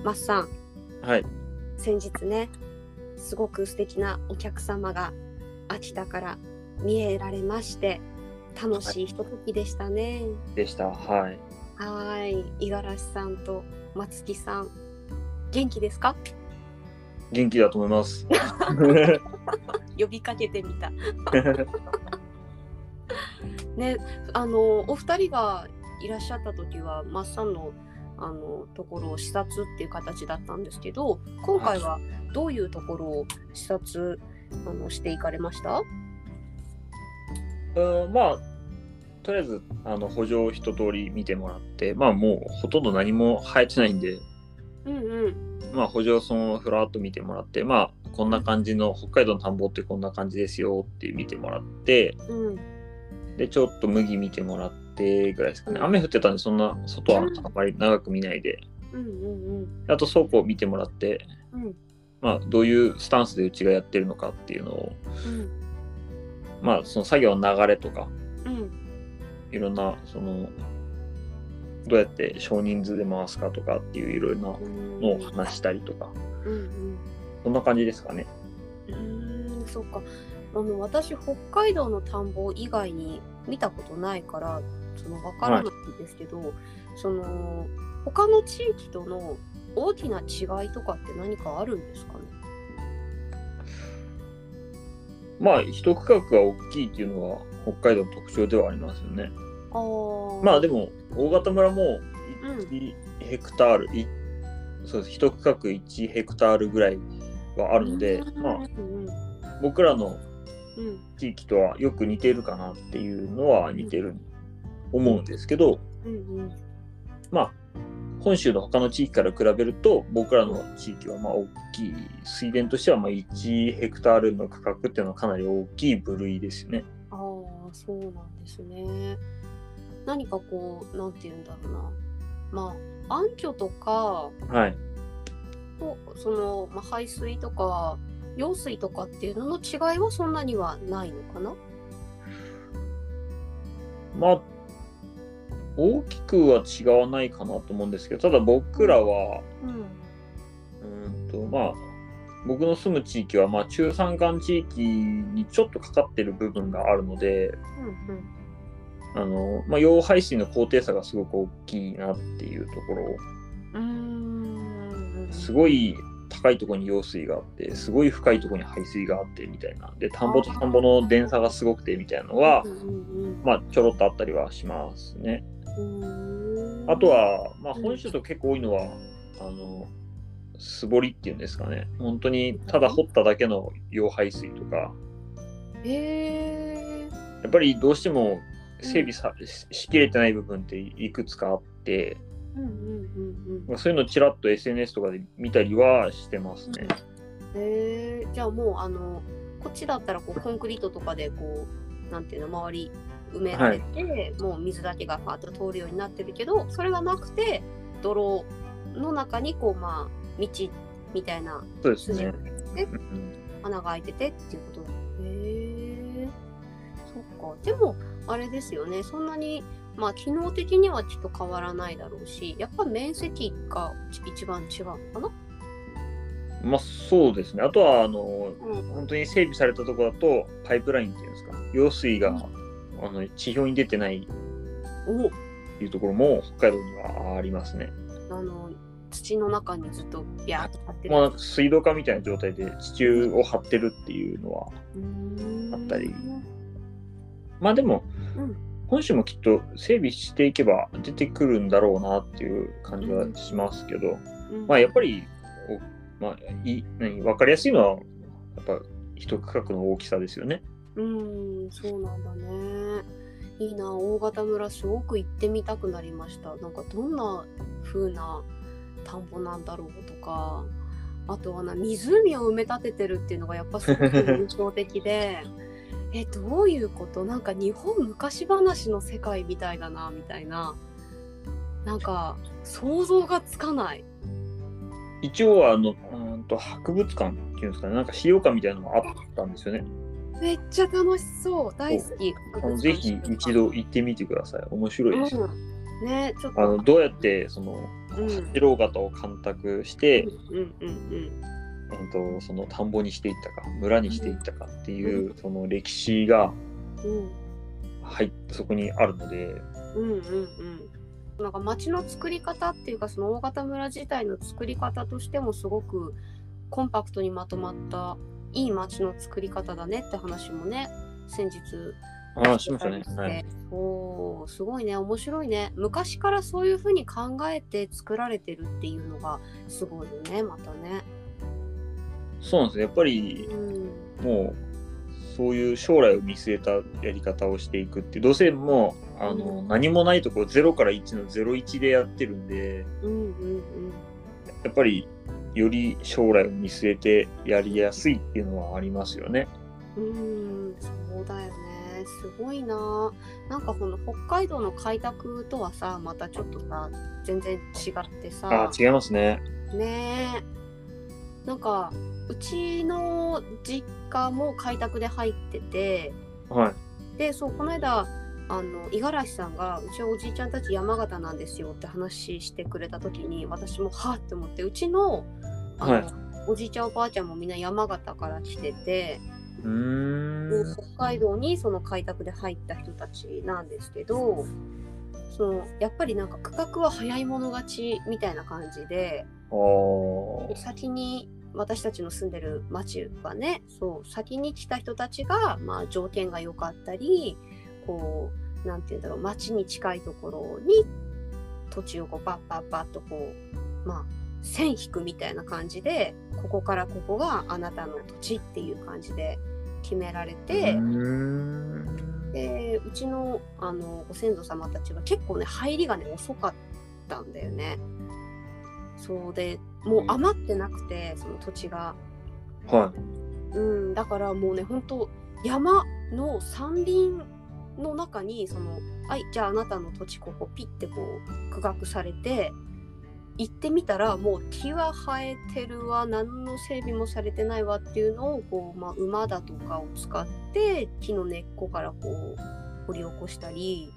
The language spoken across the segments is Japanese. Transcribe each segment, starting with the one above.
マッさん、 はい。 先日ね、すごく素敵なお客様が秋田から見えられまして、楽しいひとときでしたね。 でした。はい。 はい、五十嵐さんと松木さん、元気ですか？ 元気だと思います。 呼びかけてみた。ね、お二人がいらっしゃった時は、マッさんのところを視察っていう形だったんですけど、今回はどういうところを視察していかれました？ まあとりあえず補助を一通り見てもらって、まあもうほとんど何も生えてないんで、まあ補助をそのふらっと見てもらって、まあこんな感じの北海道の田んぼってこんな感じですよって見てもらって、でちょっと麦見てもらってぐらいですかね。雨降ってたんでそんな外はあまり長く見ないで、あと倉庫を見てもらって、まあどういうスタンスでうちがやってるのかっていうのを、まあその作業の流れとか、いろんなそのどうやって少人数で回すかとかっていういろいろなのを話したりとか、そんな感じですかね。 そうか。私北海道の田んぼ以外に見たことないから分からないんですけど、他の地域との大きな違いとかって何かあるんですかね？ まあ一区画が大きいっていうのは北海道の特徴ではありますよね。まあでも大潟村も1ヘクタール、そうです、一区画1ヘクタールぐらいはあるので、まあ僕らの地域とはよく似てるかなっていうのは似てる思うんですけど、まあ本州の他の地域から比べると僕らの地域はまあ大きい、水田としてはまあ1ヘクタールの区画っていうのはかなり大きい部類ですよね。 そうなんですね。何かこうなんて言うんだろうな、まあ暗渠とか、排水とか用水とかっていうのの違いはそんなにはないのかな？ まあ大きくは違わないかなと思うんですけど、ただ僕らは、まあ僕の住む地域はまあ中山間地域にちょっとかかってる部分があるので、まあ、用排水の高低差がすごく大きいなっていうところ、すごい高いところに用水があって、すごい深いところに排水があってみたいなで、田んぼと田んぼの電差がすごくてみたいなのは、まあちょろっとあったりはしますね。あとは、まあ、本州と結構多いのは素掘りっていうんですかね。本当にただ掘っただけの用排水とか、やっぱりどうしても整備しきれてない部分っていくつかあって、そういうのをちらっと SNS とかで見たりはしてますね。 じゃあもうこっちだったらこうコンクリートとかでこうなんていうの周り埋められて、もう水だけがパーッと通るようになってるけど、それがなくて泥の中にこうまあ道みたいな筋がで穴が開いててっていうことだ。そっか。でもあれですよね、そんなにまあ機能的にはきっと変わらないだろうし、やっぱ面積が一番違うのかな？ まあそうですね。あとは本当に整備されたところだとパイプラインっていうんですか、用水が、地表に出てないいうところも北海道にはありますね。 土の中にずっとビャーっと張ってる。 まあ水道管みたいな状態で地中を張ってるっていうのはあったり。まあでも、本州もきっと整備していけば出てくるんだろうなっていう感じはしますけど、まあやっぱり分かりやすいのはやっぱ一区画の大きさですよね。 そうなんだね。いいな、大潟村すごく行ってみたくなりました。なんかどんな風な田んぼなんだろうとか、あとは湖を埋め立ててるっていうのがやっぱすごく印象的でどういうこと？なんか日本昔話の世界みたいだなみたいな、なんか想像がつかない。 一応博物館っていうんですかね、なんか資料館みたいなのもあったんですよね。 めっちゃ楽しそう、大好き。 ぜひ一度行ってみてください。面白いですよ。 ね、ちょっとどうやってその八郎潟を干拓して、その田んぼにしていったか村にしていったかっていう、その歴史がそこにあるので、 なんか町の作り方っていうか、その大潟村自体の作り方としてもすごくコンパクトにまとまったいい町の作り方だねって話もね、先日しましたね。はい。 すごいね、面白いね。昔からそういう風に考えて作られてるっていうのがすごいよね、またね。 そうなんですね。やっぱり、もうそういう将来を見据えたやり方をしていくって、どうせもう何もないところ0から1の01でやってるんで、やっぱりより将来を見据えてやりやすいっていうのはありますよね。 そうだよね。すごいな。なんかこの北海道の開拓とはさ、またちょっとさ全然違ってさ。 違いますね。 ねえ。なんかうちの実家も開拓で入ってて、でこの間五十嵐さんがうちのおじいちゃんたち山形なんですよって話してくれた時に、私もはって思って、うちのおじいちゃんおばあちゃんもみんな山形から来てて、北海道にその開拓で入った人たちなんですけど、やっぱりなんか区画は早い者勝ちみたいな感じで、先に私たちの住んでる町はね、先に来た人たちが、条件が良かったり、なんていうんだろう、町に近いところに土地をバッと線引くみたいな感じで、ここからここがあなたの土地っていう感じで決められて、でうちのご先祖様たちは結構ね入りがね遅かったんだよね。そうでもう余ってなくて、その土地が、だからもうね、本当山の山林の中にじゃああなたの土地ここピッて区画されて、行ってみたらもう木は生えてるわ、何の整備もされてないわっていうのを馬だとかを使って木の根っこから掘り起こしたり、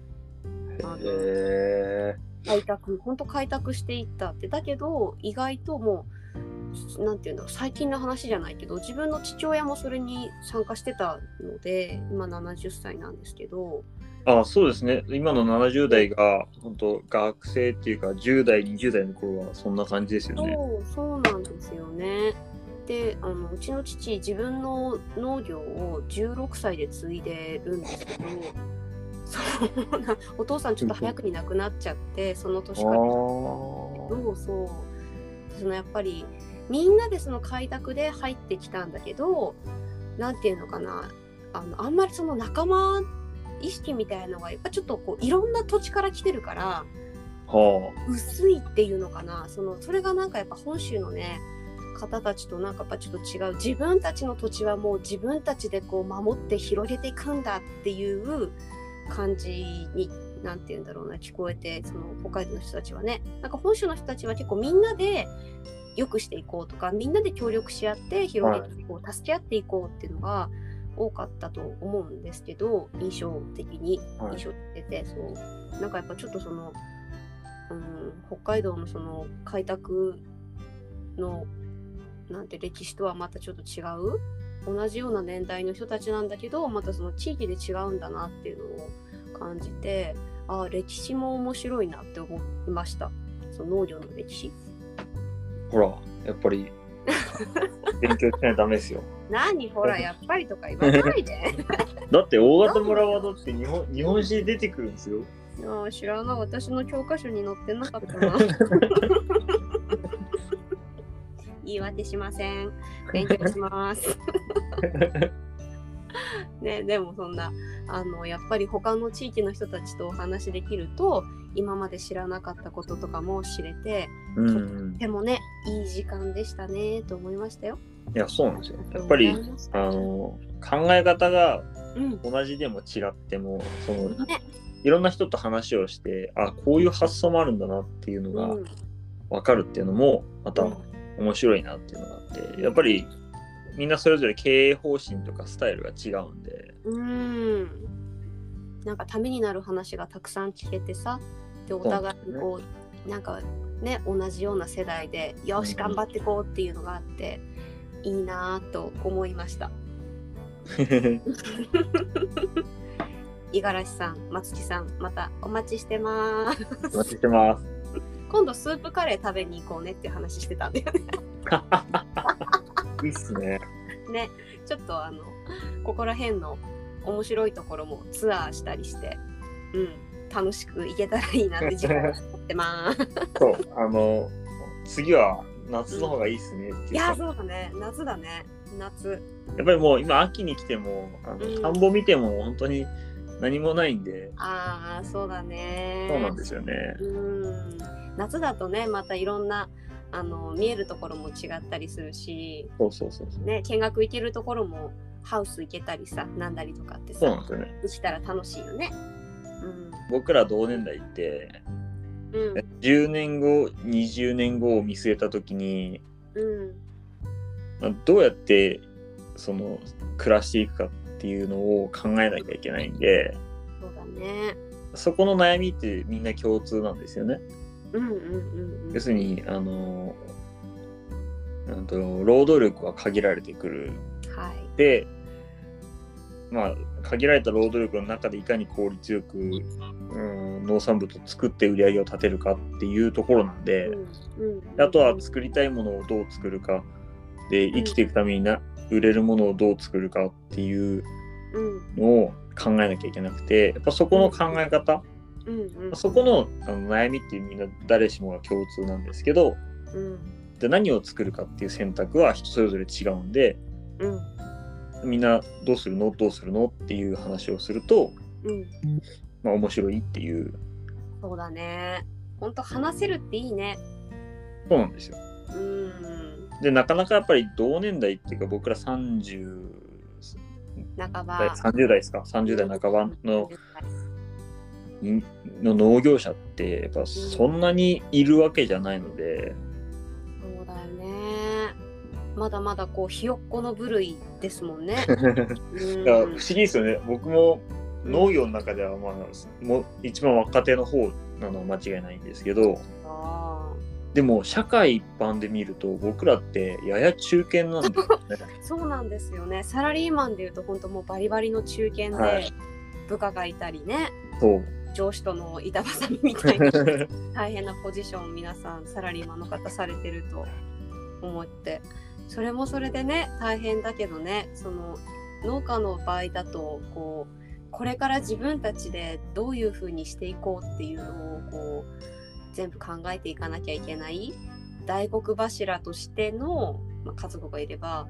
開拓していったって。だけど意外ともうなんていうんだろう、最近の話じゃないけど、自分の父親もそれに参加してたので、今70歳なんですけど。 そうですね。今の70代が本当学生っていうか10代20代の頃はそんな感じですよね。 そうなんですよね。でうちの父、自分の農業を16歳で継いでるんですけど、お父さんちょっと早くに亡くなっちゃって、その年からやっぱりみんなでその開拓で入ってきたんだけど、なんていうのかな、あんまりその仲間意識みたいなのがやっぱちょっといろんな土地から来てるから薄いっていうのかな。それがなんかやっぱ本州のね方たちとなんかやっぱちょっと違う、自分たちの土地はもう自分たちで守って広げていくんだっていう感じに、なんていうんだろうな、聞こえて、その北海道の人たちはね、なんか本州の人たちは結構みんなで良くしていこうとか、みんなで協力し合って広げていこう、助け合っていこうっていうのが多かったと思うんですけど、印象的に出て、なんかやっぱちょっと北海道のその開拓のなんて歴史とはまたちょっと違う、同じような年代の人たちなんだけど、またその地域で違うんだなっていうのを感じて、歴史も面白いなって思いました。その農業の歴史。 ほら、やっぱり勉強しないとダメですよ。 何ほら、やっぱりとか言わないで。 だって大型村はだって日本史で出てくるんですよ。 知らない。私の教科書に載ってなかったな。言い訳しません。勉強します。ね、でもそんなやっぱり他の地域の人たちとお話できると、今まで知らなかったこととかも知れて、とってもねいい時間でしたねと思いましたよ。 いや、そうなんですよ。やっぱり考え方が同じでも違っても、いろんな人と話をして、こういう発想もあるんだなっていうのが分かるっていうのもまた面白いなっていうのがあって、やっぱりみんなそれぞれ経営方針とかスタイルが違うんで、 なんかためになる話がたくさん聞けてさ、 でお互いにこうなんかね同じような世代でよし頑張っていこうっていうのがあって、いいなと思いました。五十嵐さん、松木さん、またお待ちしてます。 お待ちしてます。 今度スープカレー食べに行こうねっていう話してたんだよね。 いいっすね。 ね、ちょっとここら辺の面白いところもツアーしたりして、楽しく行けたらいいなって自分は思ってます。 そう、次は夏の方がいいっすねっていう。 いや、そうだね、夏だね、夏。 やっぱりもう今秋に来ても田んぼ見ても本当に何もないんで。 ああ、そうだね。 そうなんですよね。 夏だとね、またいろんな見えるところも違ったりするし、 そうね、見学行けるところもハウス行けたりさ、なんだりとかってさ、 そうなんですよね。 したら楽しいよね。 僕ら同年代って、10年後20年後を見据えた時に、どうやってその暮らしていくかっていうのを考えなきゃいけないんで、 そうだね。 そこの悩みってみんな共通なんですよね。要するに労働力は限られてくる、で、まあ限られた労働力の中でいかに効率よく、農産物を作って売り上げを立てるかっていうところなんで、あとは作りたいものをどう作るかで、生きていくために売れるものをどう作るかっていうのを考えなきゃいけなくて、やっぱそこの考え方、そこの悩みっていうみんな誰しもが共通なんですけど、で何を作るかっていう選択は人それぞれ違うんで、みんなどうするのっていう話をすると、面白いっていう。 そうだね。本当話せるっていいね。 そうなんですよ。でなかなかやっぱり同年代っていうか、僕ら30 半ば、 30代ですか、30代半ばの農業者ってやっぱそんなにいるわけじゃないので、 そうだよね。まだまだこうひよっこの部類ですもんね。 不思議ですよね。僕も農業の中ではもう一番若手の方なのは間違いないんですけど、でも社会一般で見ると僕らってやや中堅なんですよね。 そうなんですよね。サラリーマンでいうと本当もうバリバリの中堅で、部下がいたりね、上司との板挟みみたいな大変なポジションを皆さんサラリーマンの方されてると思って、それもそれでね大変だけどね、その農家の場合だとこれから自分たちでどういう風にしていこうっていうのを全部考えていかなきゃいけない大黒柱としての、家族がいれば、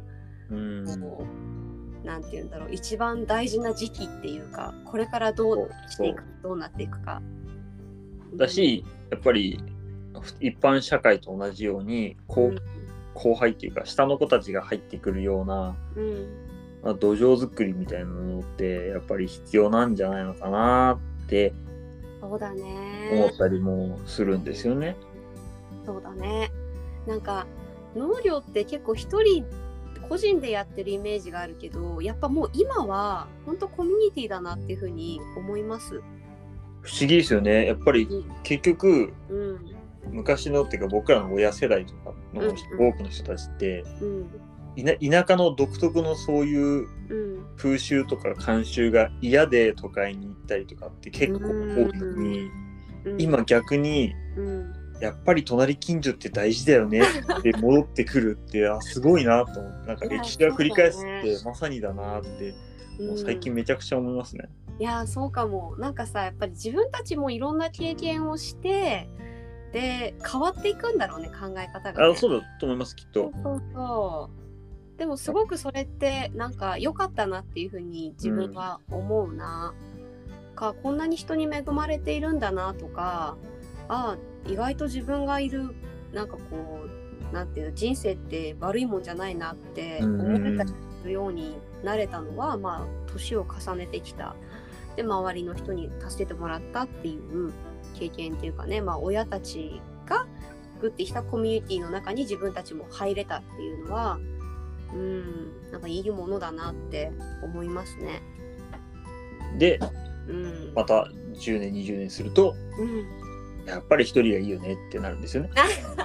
なんていうんだろう、一番大事な時期っていうか、これからどうしていく、どうなっていくかだし、やっぱり一般社会と同じように後輩っていうか下の子たちが入ってくるような、土壌作りみたいなのってやっぱり必要なんじゃないのかなって思ったりもするんですよね。 そうだね。なんか農業って結構一人個人でやってるイメージがあるけど、やっぱもう今は本当コミュニティだなっていうふうに思います。 不思議ですよね。やっぱり結局、昔のっていうか僕らの親世代とかの多くの人たちって、田舎の独特のそういう風習とか慣習が嫌で都会に行ったりとかって結構多いのに、今逆にやっぱり隣近所って大事だよねって戻ってくるってすごいなと思って、なんか歴史が繰り返すってまさにだなってもう最近めちゃくちゃ思いますね。 いやそうかも。なんかさ、やっぱり自分たちもいろんな経験をしてで変わっていくんだろうね、考え方が、ね。 そうだと思います、きっと。 そうでもすごくそれってなんか良かったなっていうふうに自分は思うな、こんなに人に恵まれているんだなとか、意外と自分がいるなんかなんていうの、人生って悪いもんじゃないなって思えたりするようになれたのは、年を重ねてきたで周りの人に助けてもらったっていう経験っていうかね、親たちが作ってきたコミュニティの中に自分たちも入れたっていうのはなんかいいものだなって思いますね。 で、また10年20年すると、 やっぱり一人がいいよねってなるんですよね。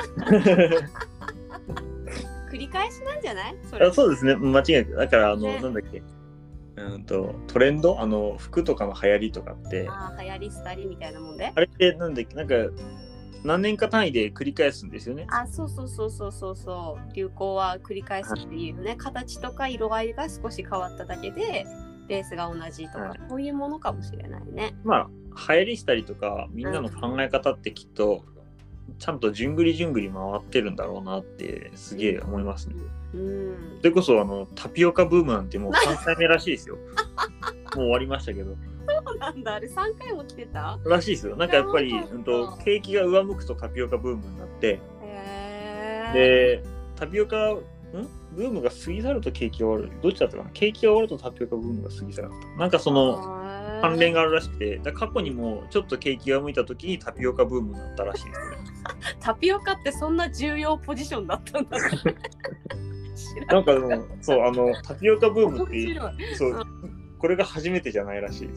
繰り返しなんじゃない？それそうですね、間違いない。だからね、 なんだっけ、トレンド、服とかの流行りとかって、 流行り廃りみたいなもんで、 あれってなんだっけ、なんか何年か単位で繰り返すんですよね。 そう流行は繰り返すっていうね、形とか色合いが少し変わっただけでベースが同じとか、そういうものかもしれないね。 まあ流行りしたりとかみんなの考え方ってきっと、ちゃんとじゅんぐりじゅんぐり回ってるんだろうなってすげえ思いますね。それこそタピオカブームなんてもう3回目らしいですよ。もう終わりましたけど。 そうなんだ、あれ3回も来てたらしいですよ。なんかやっぱり景気が上向くとタピオカブームになって、でタピオカブームが過ぎ去ると景気が終わる、どっちだったかな、景気が終わるとタピオカブームが過ぎ去る、なんかその関連があるらしくて、過去にもちょっと景気が向いた時にタピオカブームになったらしいですね。 タピオカってそんな重要ポジションだったんだね。 なんかでもそうタピオカブームってそうこれが初めてじゃないらしいです。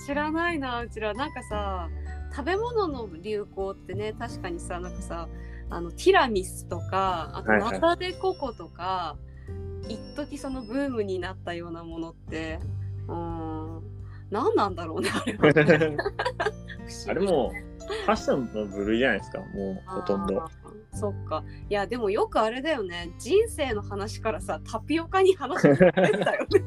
知らないな。うちらなんかさ、食べ物の流行ってね、確かにさ、なんかさ、ティラミスとか、あとナタデココとか、一時そのブームになったようなものって、何なんだろうね、あれは、ね。 あれもファッションの部類じゃないですか、もうほとんど。 そっか。いやでもよくあれだよね、人生の話からさタピオカに話してたよね。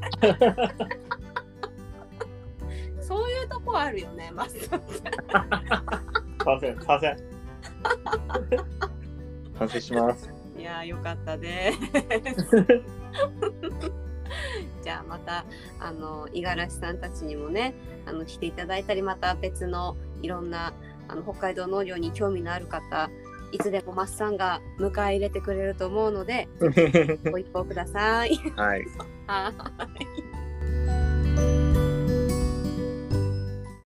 そういうとこあるよね、マスター。 反省します。 いやよかったね。じゃあまた五十嵐さんたちにもね来ていただいたり、また別のいろんな北海道農業に興味のある方、いつでもマッサンが迎え入れてくれると思うのでご一報ください。 はい。 はい。